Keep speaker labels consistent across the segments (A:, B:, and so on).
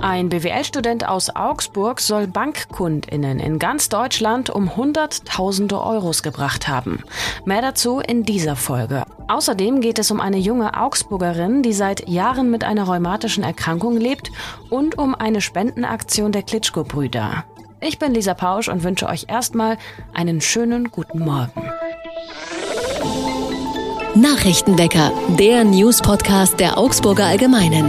A: Ein BWL-Student aus Augsburg soll BankkundInnen in ganz Deutschland um Hunderttausende Euros gebracht haben. Mehr dazu in dieser Folge. Außerdem geht es um eine junge Augsburgerin, die seit Jahren mit einer rheumatischen Erkrankung lebt, und um eine Spendenaktion der Klitschko-Brüder. Ich bin Lisa Pausch und wünsche euch erstmal einen schönen guten Morgen.
B: Nachrichtenwecker, der News-Podcast der Augsburger Allgemeinen.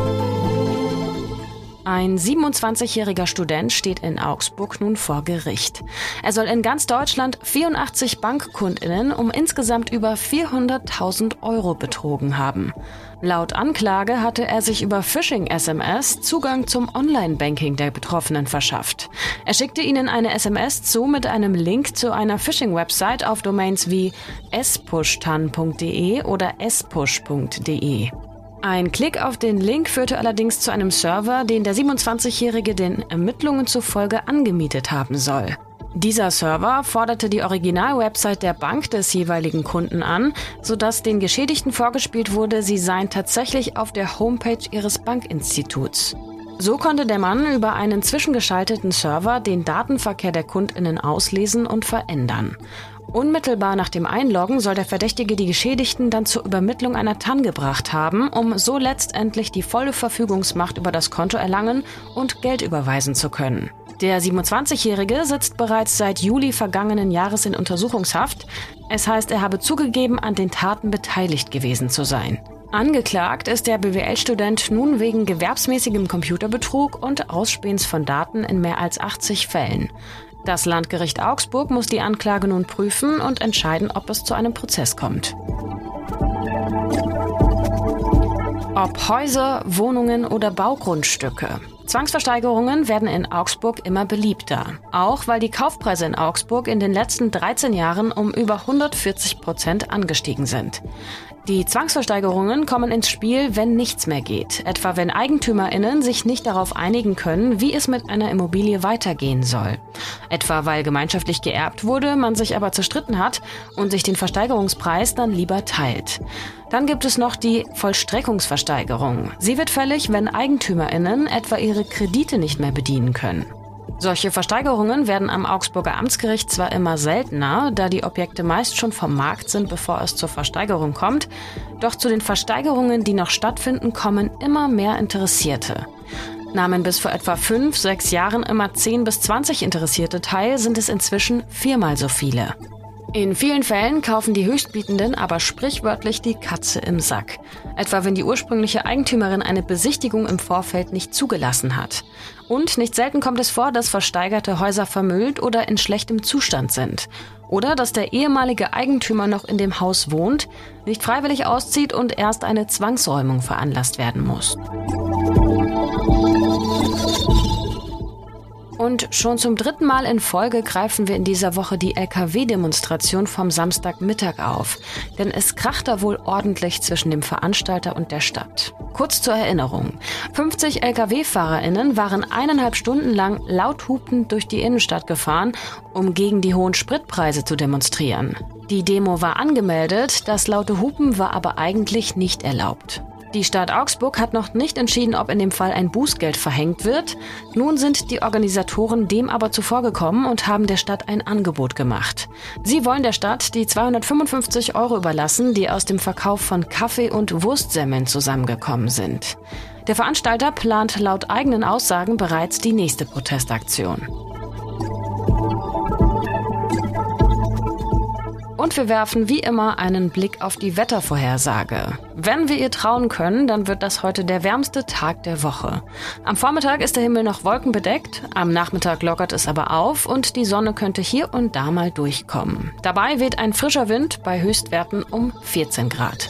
A: Ein 27-jähriger Student steht in Augsburg nun vor Gericht. Er soll in ganz Deutschland 84 BankkundInnen um insgesamt über 400.000 Euro betrogen haben. Laut Anklage hatte er sich über Phishing-SMS Zugang zum Online-Banking der Betroffenen verschafft. Er schickte ihnen eine SMS zu mit einem Link zu einer Phishing-Website auf Domains wie spushtan.de oder spush.de. Ein Klick auf den Link führte allerdings zu einem Server, den der 27-Jährige den Ermittlungen zufolge angemietet haben soll. Dieser Server forderte die Original-Website der Bank des jeweiligen Kunden an, sodass den Geschädigten vorgespielt wurde, sie seien tatsächlich auf der Homepage ihres Bankinstituts. So konnte der Mann über einen zwischengeschalteten Server den Datenverkehr der KundInnen auslesen und verändern. Unmittelbar nach dem Einloggen soll der Verdächtige die Geschädigten dann zur Übermittlung einer TAN gebracht haben, um so letztendlich die volle Verfügungsmacht über das Konto erlangen und Geld überweisen zu können. Der 27-Jährige sitzt bereits seit Juli vergangenen Jahres in Untersuchungshaft. Es heißt, er habe zugegeben, an den Taten beteiligt gewesen zu sein. Angeklagt ist der BWL-Student nun wegen gewerbsmäßigem Computerbetrug und Ausspähens von Daten in mehr als 80 Fällen. Das Landgericht Augsburg muss die Anklage nun prüfen und entscheiden, ob es zu einem Prozess kommt. Ob Häuser, Wohnungen oder Baugrundstücke. Zwangsversteigerungen werden in Augsburg immer beliebter. Auch weil die Kaufpreise in Augsburg in den letzten 13 Jahren um über 140% angestiegen sind. Die Zwangsversteigerungen kommen ins Spiel, wenn nichts mehr geht. Etwa wenn EigentümerInnen sich nicht darauf einigen können, wie es mit einer Immobilie weitergehen soll. Etwa weil gemeinschaftlich geerbt wurde, man sich aber zerstritten hat und sich den Versteigerungspreis dann lieber teilt. Dann gibt es noch die Vollstreckungsversteigerung. Sie wird fällig, wenn EigentümerInnen etwa ihre Kredite nicht mehr bedienen können. Solche Versteigerungen werden am Augsburger Amtsgericht zwar immer seltener, da die Objekte meist schon vom Markt sind, bevor es zur Versteigerung kommt, doch zu den Versteigerungen, die noch stattfinden, kommen immer mehr Interessierte. Nahmen bis vor etwa 5-6 Jahren immer 10 bis 20 Interessierte teil, sind es inzwischen 4-mal so viele. In vielen Fällen kaufen die Höchstbietenden aber sprichwörtlich die Katze im Sack. Etwa wenn die ursprüngliche Eigentümerin eine Besichtigung im Vorfeld nicht zugelassen hat. Und nicht selten kommt es vor, dass versteigerte Häuser vermüllt oder in schlechtem Zustand sind. Oder dass der ehemalige Eigentümer noch in dem Haus wohnt, nicht freiwillig auszieht und erst eine Zwangsräumung veranlasst werden muss. Und schon zum 3. Mal in Folge greifen wir in dieser Woche die LKW-Demonstration vom Samstagmittag auf. Denn es kracht da wohl ordentlich zwischen dem Veranstalter und der Stadt. Kurz zur Erinnerung. 50 LKW-FahrerInnen waren 1,5 Stunden lang laut hupend durch die Innenstadt gefahren, um gegen die hohen Spritpreise zu demonstrieren. Die Demo war angemeldet, das laute Hupen war aber eigentlich nicht erlaubt. Die Stadt Augsburg hat noch nicht entschieden, ob in dem Fall ein Bußgeld verhängt wird. Nun sind die Organisatoren dem aber zuvorgekommen und haben der Stadt ein Angebot gemacht. Sie wollen der Stadt die 255 Euro überlassen, die aus dem Verkauf von Kaffee und Wurstsemmeln zusammengekommen sind. Der Veranstalter plant laut eigenen Aussagen bereits die nächste Protestaktion. Und wir werfen wie immer einen Blick auf die Wettervorhersage. Wenn wir ihr trauen können, dann wird das heute der wärmste Tag der Woche. Am Vormittag ist der Himmel noch wolkenbedeckt, am Nachmittag lockert es aber auf und die Sonne könnte hier und da mal durchkommen. Dabei weht ein frischer Wind bei Höchstwerten um 14 Grad.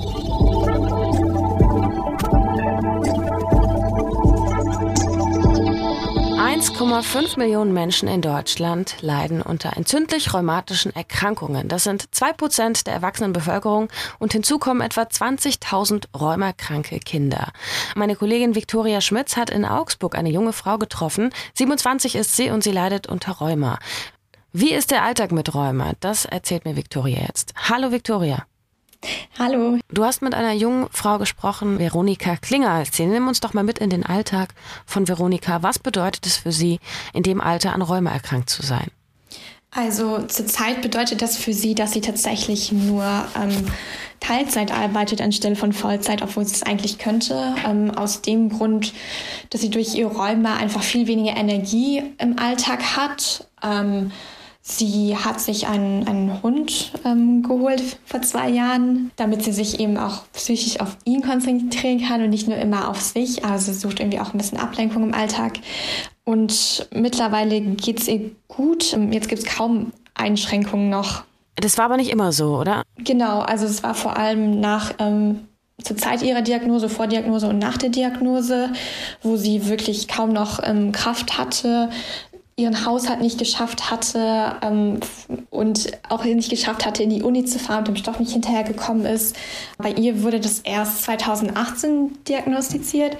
A: 1,5 Millionen Menschen in Deutschland leiden unter entzündlich-rheumatischen Erkrankungen. Das sind 2% der erwachsenen Bevölkerung und hinzu kommen etwa 20.000 rheumakranke Kinder. Meine Kollegin Viktoria Schmitz hat in Augsburg eine junge Frau getroffen. 27 ist sie und sie leidet unter Rheuma. Wie ist der Alltag mit Rheuma? Das erzählt mir Viktoria jetzt. Hallo Viktoria.
C: Hallo.
A: Du hast mit einer jungen Frau gesprochen, Veronika Klinger heißt sie. Nimm uns doch mal mit in den Alltag von Veronika. Was bedeutet es für sie, in dem Alter an Rheuma erkrankt zu sein?
C: Also zurzeit bedeutet das für sie, dass sie tatsächlich nur Teilzeit arbeitet anstelle von Vollzeit, obwohl sie es eigentlich könnte. Aus dem Grund, dass sie durch ihr Rheuma einfach viel weniger Energie im Alltag hat. Sie hat sich einen Hund geholt vor 2 Jahren, damit sie sich eben auch psychisch auf ihn konzentrieren kann und nicht nur immer auf sich. Also sie sucht irgendwie auch ein bisschen Ablenkung im Alltag. Und mittlerweile geht es ihr gut. Jetzt gibt es kaum Einschränkungen noch.
A: Das war aber nicht immer so, oder?
C: Genau, also es war vor allem zur Zeit ihrer Diagnose, vor Diagnose und nach der Diagnose, wo sie wirklich kaum noch Kraft hatte, ihren Haushalt nicht geschafft hatte und auch nicht geschafft hatte, in die Uni zu fahren und dem Stoff nicht hinterhergekommen ist. Bei ihr wurde das erst 2018 diagnostiziert.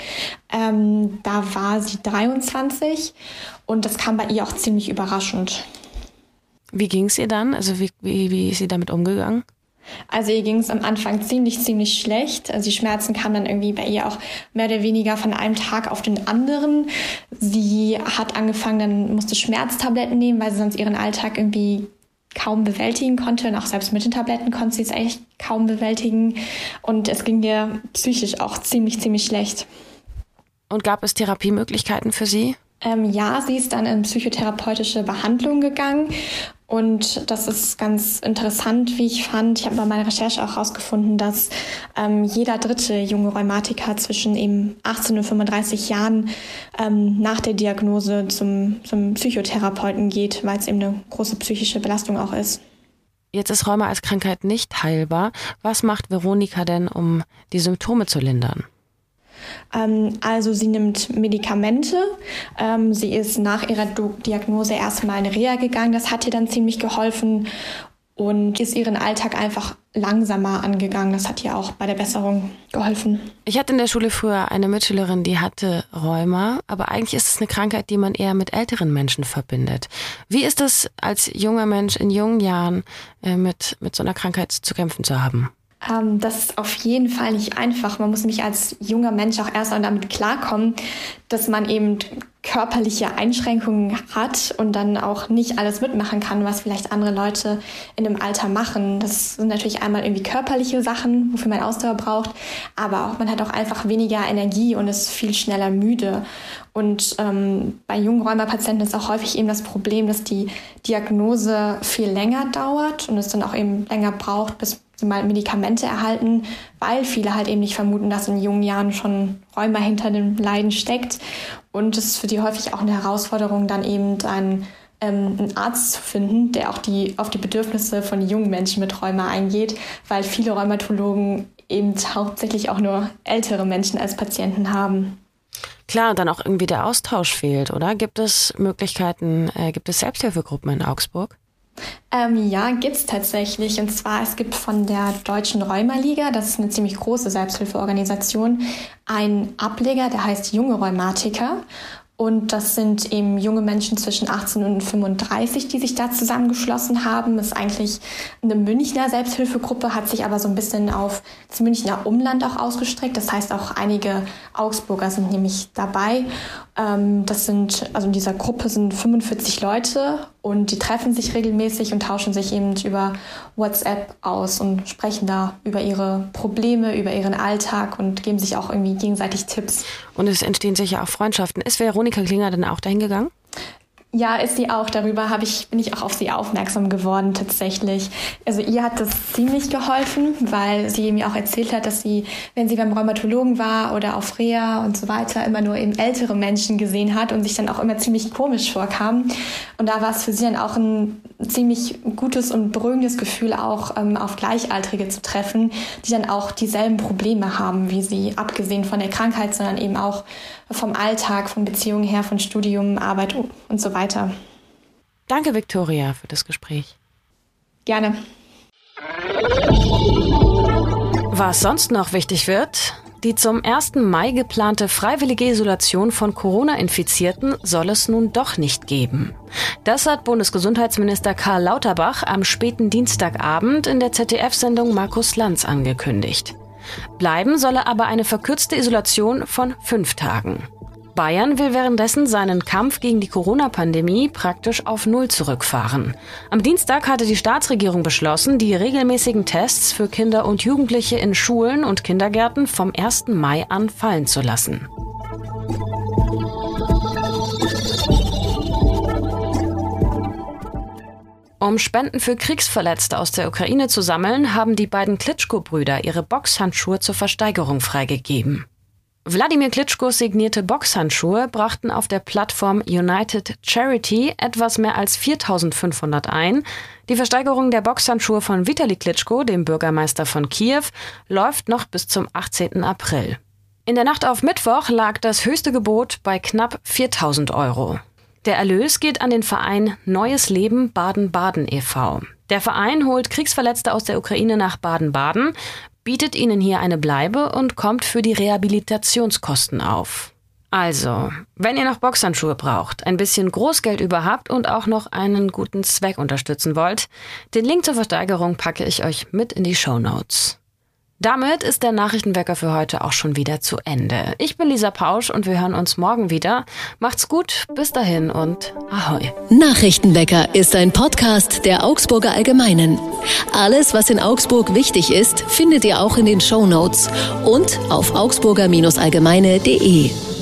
C: Da war sie 23 und das kam bei ihr auch ziemlich überraschend.
A: Wie ging es ihr dann? Also wie ist sie damit umgegangen?
C: Also ihr ging es am Anfang ziemlich schlecht. Also die Schmerzen kamen dann irgendwie bei ihr auch mehr oder weniger von einem Tag auf den anderen. Sie hat angefangen, dann musste Schmerztabletten nehmen, weil sie sonst ihren Alltag irgendwie kaum bewältigen konnte. Und auch selbst mit den Tabletten konnte sie es eigentlich kaum bewältigen. Und es ging ihr psychisch auch ziemlich schlecht.
A: Und gab es Therapiemöglichkeiten für sie?
C: Ja, sie ist dann in psychotherapeutische Behandlung gegangen. Und das ist ganz interessant, wie ich fand. Ich habe bei meiner Recherche auch herausgefunden, dass jeder dritte junge Rheumatiker zwischen eben 18 und 35 Jahren nach der Diagnose zum Psychotherapeuten geht, weil es eben eine große psychische Belastung auch ist.
A: Jetzt ist Rheuma als Krankheit nicht heilbar. Was macht Veronika denn, um die Symptome zu lindern?
C: Also sie nimmt Medikamente. Sie ist nach ihrer Diagnose erstmal in Reha gegangen. Das hat ihr dann ziemlich geholfen und ist ihren Alltag einfach langsamer angegangen. Das hat ihr auch bei der Besserung geholfen.
A: Ich hatte in der Schule früher eine Mitschülerin, die hatte Rheuma, aber eigentlich ist es eine Krankheit, die man eher mit älteren Menschen verbindet. Wie ist es als junger Mensch in jungen Jahren mit so einer Krankheit zu kämpfen zu haben?
C: Das ist auf jeden Fall nicht einfach. Man muss nämlich als junger Mensch auch erst mal damit klarkommen, dass man eben körperliche Einschränkungen hat und dann auch nicht alles mitmachen kann, was vielleicht andere Leute in dem Alter machen. Das sind natürlich einmal irgendwie körperliche Sachen, wofür man Ausdauer braucht, aber auch man hat auch einfach weniger Energie und ist viel schneller müde. Und bei jungen Rheuma-Patienten ist auch häufig eben das Problem, dass die Diagnose viel länger dauert und es dann auch eben länger braucht, bis sie mal Medikamente erhalten, weil viele halt eben nicht vermuten, dass in jungen Jahren schon Rheuma hinter dem Leiden steckt. Und es ist für die häufig auch eine Herausforderung, dann eben einen Arzt zu finden, der auch auf die Bedürfnisse von jungen Menschen mit Rheuma eingeht, weil viele Rheumatologen eben hauptsächlich auch nur ältere Menschen als Patienten haben.
A: Klar, und dann auch irgendwie der Austausch fehlt, oder? Gibt es Möglichkeiten, gibt es Selbsthilfegruppen in Augsburg?
C: Ja, gibt's tatsächlich. Und zwar, es gibt von der Deutschen Rheuma-Liga, das ist eine ziemlich große Selbsthilfeorganisation, einen Ableger, der heißt Junge Rheumatiker. Und das sind eben junge Menschen zwischen 18 und 35, die sich da zusammengeschlossen haben. Das ist eigentlich eine Münchner Selbsthilfegruppe, hat sich aber so ein bisschen auf das Münchner Umland auch ausgestreckt. Das heißt, auch einige Augsburger sind nämlich dabei. Also in dieser Gruppe sind 45 Leute und die treffen sich regelmäßig und tauschen sich eben über WhatsApp aus und sprechen da über ihre Probleme, über ihren Alltag und geben sich auch irgendwie gegenseitig Tipps.
A: Und es entstehen sicher auch Freundschaften. Ist Veronika Klinger denn auch dahin gegangen?
C: Ja, ist sie auch. Darüber bin ich auch auf sie aufmerksam geworden tatsächlich. Also ihr hat das ziemlich geholfen, weil sie mir auch erzählt hat, dass sie, wenn sie beim Rheumatologen war oder auf Reha und so weiter, immer nur eben ältere Menschen gesehen hat und sich dann auch immer ziemlich komisch vorkam. Und da war es für sie dann auch ein ziemlich gutes und beruhigendes Gefühl, auch auf Gleichaltrige zu treffen, die dann auch dieselben Probleme haben wie sie, abgesehen von der Krankheit, sondern eben auch vom Alltag, von Beziehungen her, von Studium, Arbeit und so weiter.
A: Danke, Viktoria, für das Gespräch.
C: Gerne.
A: Was sonst noch wichtig wird, Die zum 1. Mai geplante freiwillige Isolation von Corona-Infizierten soll es nun doch nicht geben. Das hat Bundesgesundheitsminister Karl Lauterbach am späten Dienstagabend in der ZDF-Sendung Markus Lanz angekündigt. Bleiben solle aber eine verkürzte Isolation von 5 Tagen. Bayern will währenddessen seinen Kampf gegen die Corona-Pandemie praktisch auf Null zurückfahren. Am Dienstag hatte die Staatsregierung beschlossen, die regelmäßigen Tests für Kinder und Jugendliche in Schulen und Kindergärten vom 1. Mai an fallen zu lassen. Um Spenden für Kriegsverletzte aus der Ukraine zu sammeln, haben die beiden Klitschko-Brüder ihre Boxhandschuhe zur Versteigerung freigegeben. Wladimir Klitschkos signierte Boxhandschuhe brachten auf der Plattform United Charity etwas mehr als 4.500 ein. Die Versteigerung der Boxhandschuhe von Vitali Klitschko, dem Bürgermeister von Kiew, läuft noch bis zum 18. April. In der Nacht auf Mittwoch lag das höchste Gebot bei knapp 4.000 €. Der Erlös geht an den Verein Neues Leben Baden-Baden e.V. Der Verein holt Kriegsverletzte aus der Ukraine nach Baden-Baden, bietet ihnen hier eine Bleibe und kommt für die Rehabilitationskosten auf. Also, wenn ihr noch Boxhandschuhe braucht, ein bisschen Großgeld über habt und auch noch einen guten Zweck unterstützen wollt, den Link zur Versteigerung packe ich euch mit in die Shownotes. Damit ist der Nachrichtenwecker für heute auch schon wieder zu Ende. Ich bin Lisa Pausch und wir hören uns morgen wieder. Macht's gut, bis dahin und Ahoi.
B: Nachrichtenwecker ist ein Podcast der Augsburger Allgemeinen. Alles, was in Augsburg wichtig ist, findet ihr auch in den Shownotes und auf augsburger-allgemeine.de.